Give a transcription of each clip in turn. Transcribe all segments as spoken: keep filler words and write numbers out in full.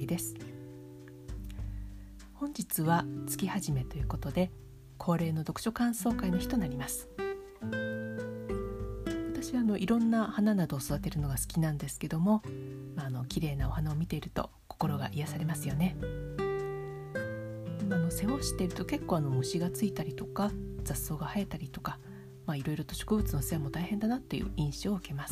です。本日は月始めということで恒例の読書感想会の日となります。私はあのいろんな花などを育てるのが好きなんですけども、まあ、あの綺麗なお花を見ていると心が癒されますよね。あの世話していると結構あの虫がついたりとか雑草が生えたりとか、まあ、いろいろと植物の世話も大変だなという印象を受けます。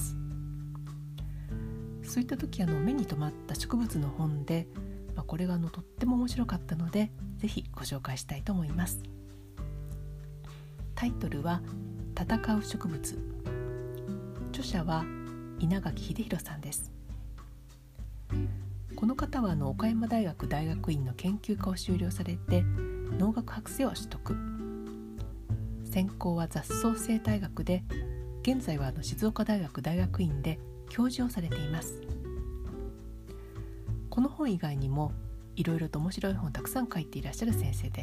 そういった時あの目に留まった植物の本で、まあ、これがあのとっても面白かったのでぜひご紹介したいと思います。タイトルは戦う植物、著者は稲垣秀弘さんです。この方はあの岡山大学大学院の研究科を修了されて農学博士を取得、専攻は雑草生態学で現在はあの静岡大学大学院で教授をされています。この本以外にもいろいろと面白い本をたくさん書いていらっしゃる先生です。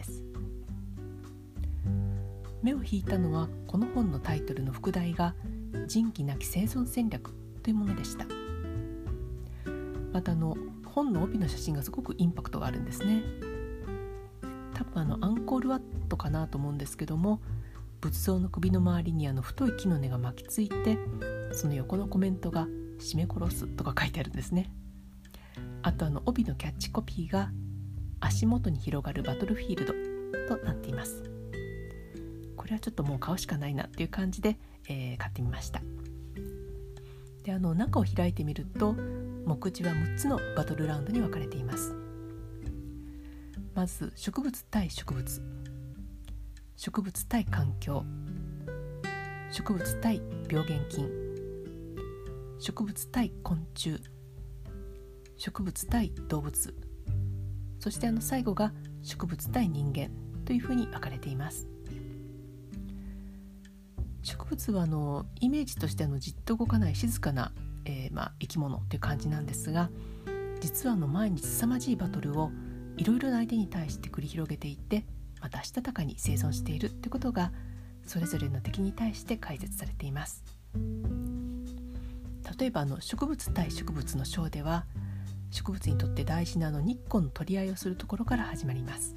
目を引いたのはこの本のタイトルの副題が仁義なき生存戦略というものでした。またあの本の帯の写真がすごくインパクトがあるんですね。多分あのアンコールワットかなと思うんですけども、仏像の首の周りにあの太い木の根が巻きついて、その横のコメントが締め殺すとか書いてあるんですね。あとあの帯のキャッチコピーが足元に広がるバトルフィールドとなっています。これはちょっともう買うしかないなっていう感じで、えー、買ってみました。であの中を開いてみると目次はむっつのバトルラウンドに分かれています。まず植物対植物、植物対環境、植物対病原菌、植物対昆虫、植物対動物、そしてあの最後が植物対人間というふうに分かれています。植物はあのイメージとしてあのじっと動かない静かな、えーまあ、生き物という感じなんですが、実はあの毎日凄まじいバトルをいろいろな相手に対して繰り広げていて、またしたたかに生存しているということがそれぞれの敵に対して解説されています。例えばあの植物対植物の章では植物にとって大事なあの日光の取り合いをするところから始まります。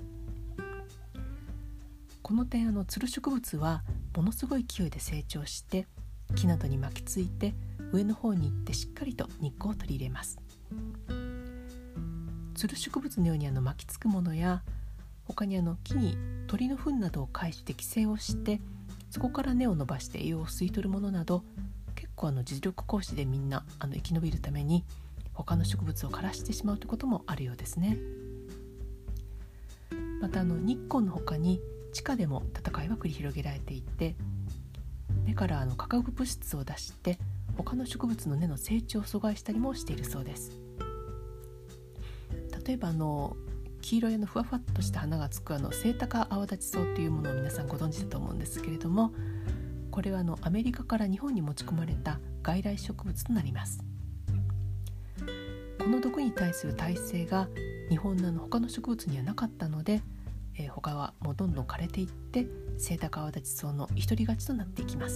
この点あのつる植物はものすごい勢いで成長して木などに巻きついて上の方に行ってしっかりと日光を取り入れます。つる植物のようにあの巻きつくものや他にあの木に鳥の糞などを介して寄生をしてそこから根を伸ばして栄養を吸い取るものなど、結構あの実力行使でみんなあの生き延びるために他の植物を枯らしてしまうということもあるようですね。またあの日光の他に地下でも戦いは繰り広げられていて、根からあの化学物質を出して他の植物の根の成長を阻害したりもしているそうです。例えばあの黄色いあのふわふわっとした花がつくあのセイタカアワダチソウというものを皆さんご存知だと思うんですけれども、これはあのアメリカから日本に持ち込まれた外来植物となります。この毒に対する耐性が日本のあの他の植物にはなかったので、えー、他はもうどんどん枯れていってセイタカアワダチソウの独り勝ちとなっていきます。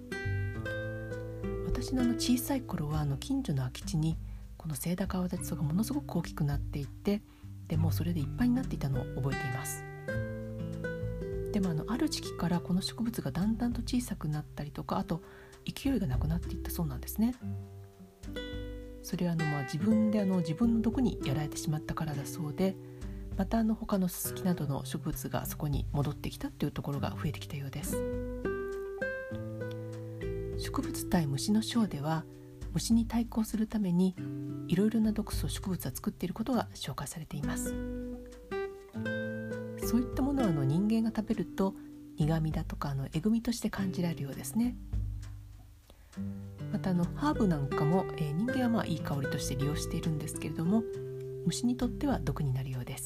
私のあの小さい頃はあの近所の空き地にこのセイタカアワダチソウがものすごく大きくなっていって、でもうそれでいっぱいになっていたのを覚えています。でもあのある時期からこの植物がだんだんと小さくなったりとか、あと勢いがなくなっていったそうなんですね。それはあのまあ自分であの自分の毒にやられてしまったからだそうで、またあの他のススキなどの植物がそこに戻ってきたというところが増えてきたようです。植物対虫の章では虫に対抗するためにいろいろな毒素を植物は作っていることが紹介されています。そういったものはあの人間が食べると苦味だとかあのえぐみとして感じられるようですね。またあのハーブなんかも、えー、人間はまあいい香りとして利用しているんですけれども、虫にとっては毒になるようです。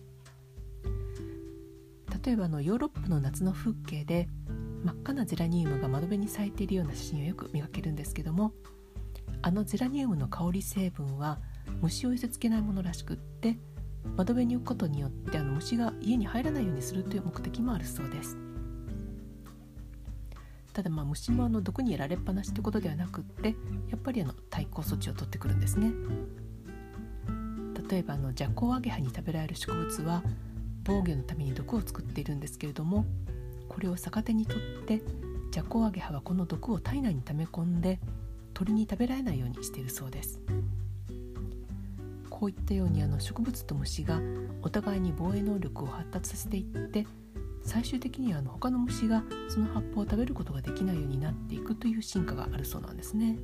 例えばあのヨーロッパの夏の風景で真っ赤なゼラニウムが窓辺に咲いているような写真をよく見かけるんですけども、あのゼラニウムの香り成分は虫を寄せ付けないものらしくって、窓辺に置くことによってあの虫が家に入らないようにするという目的もあるそうです。ただまあ虫もあの毒にやられっぱなしということではなくって、やっぱりあの対抗措置を取ってくるんですね。 例えばあのジャコウアゲハに食べられる植物は防御のために毒を作っているんですけれども、これを逆手にとってジャコウアゲハはこの毒を体内に溜め込んで鳥に食べられないようにしているそうです。こういったようにあの植物と虫がお互いに防衛能力を発達させていって、最終的にはあの他の虫がその葉っぱを食べることができないようになっていくという進化があるそうなんですね。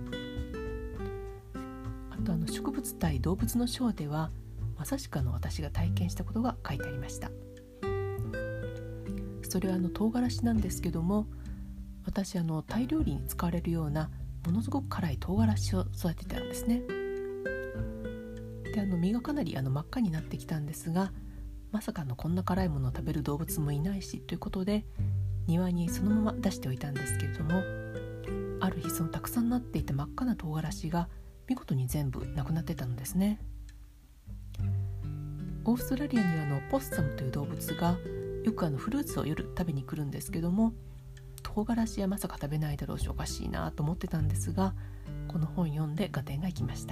あとあの植物対動物の章ではまさしくあの私が体験したことが書いてありました。それはあの唐辛子なんですけども、私あのタイ料理に使われるようなものすごく辛い唐辛子を育ててたんですね。であの実がかなりあの真っ赤になってきたんですが、まさかのこんな辛いものを食べる動物もいないしということで庭にそのまま出しておいたんですけれども、ある日そのたくさんなっていた真っ赤な唐辛子が見事に全部なくなってたのですね。オーストラリアにはあのポッサムという動物がよくあのフルーツを夜食べに来るんですけども、唐辛子はまさか食べないだろうしおかしいなと思ってたんですが、この本読んで合点がいきました。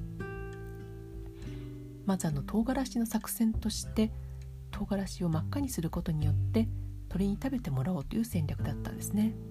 まずあの唐辛子の作戦として、唐辛子を真っ赤にすることによって鳥に食べてもらおうという戦略だったんですね。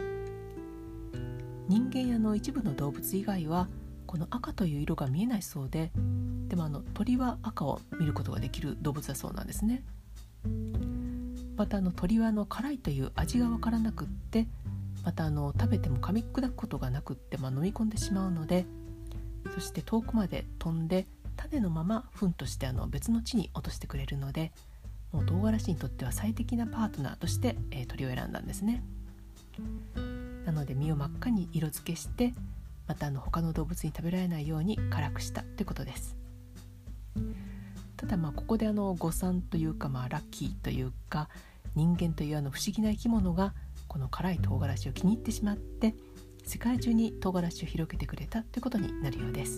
人間やの一部の動物以外はこの赤という色が見えないそうで、でもあの鳥は赤を見ることができる動物だそうなんですね。またあの鳥はあの辛いという味がわからなくって、またあの食べても噛み砕くことがなくって、まあ、飲み込んでしまうので、そして遠くまで飛んで種のまま糞としてあの別の地に落としてくれるので、もう唐辛子にとっては最適なパートナーとして、えー、鳥を選んだんですね。なので実を真っ赤に色付けして、またあの他の動物に食べられないように辛くしたということです。ただまあここであの誤算というか、まあラッキーというか、人間というあの不思議な生き物がこの辛い唐辛子を気に入ってしまって、世界中に唐辛子を広げてくれたということになるようです。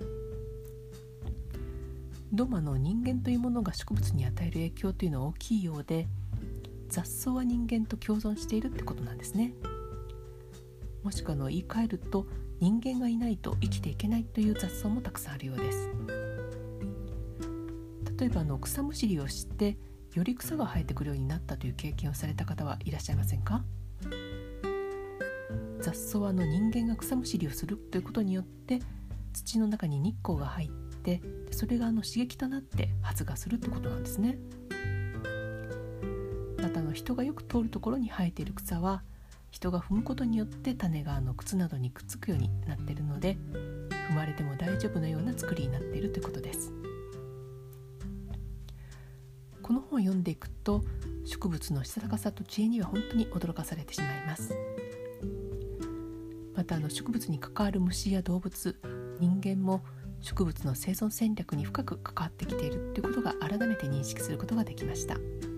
どうもあの人間というものが植物に与える影響というのは大きいようで、雑草は人間と共存しているってことなんですね。もしくはあの言い換えると、人間がいないと生きていけないという雑草もたくさんあるようです。例えばあの草むしりをしてより草が生えてくるようになったという経験をされた方はいらっしゃいませんか？雑草はあの人間が草むしりをするということによって土の中に日光が入って、それがあの刺激となって発芽するということなんですね。またあの人がよく通るところに生えている草は、人が踏むことによって種があの靴などにくっつくようになっているので、踏まれても大丈夫なような作りになっているということです。この本を読んでいくと、植物のしたたかさと知恵には本当に驚かされてしまいます。またあの植物に関わる虫や動物、人間も植物の生存戦略に深く関わってきているということが改めて認識することができました。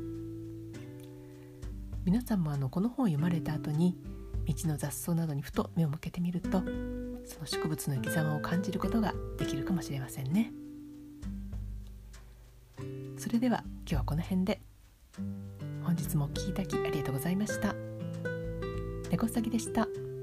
皆さんもあのこの本を読まれた後に道の雑草などにふと目を向けてみると、その植物の生き様を感じることができるかもしれませんね。それでは今日はこの辺で。本日もお聞きいただきありがとうございました。猫うさぎでした。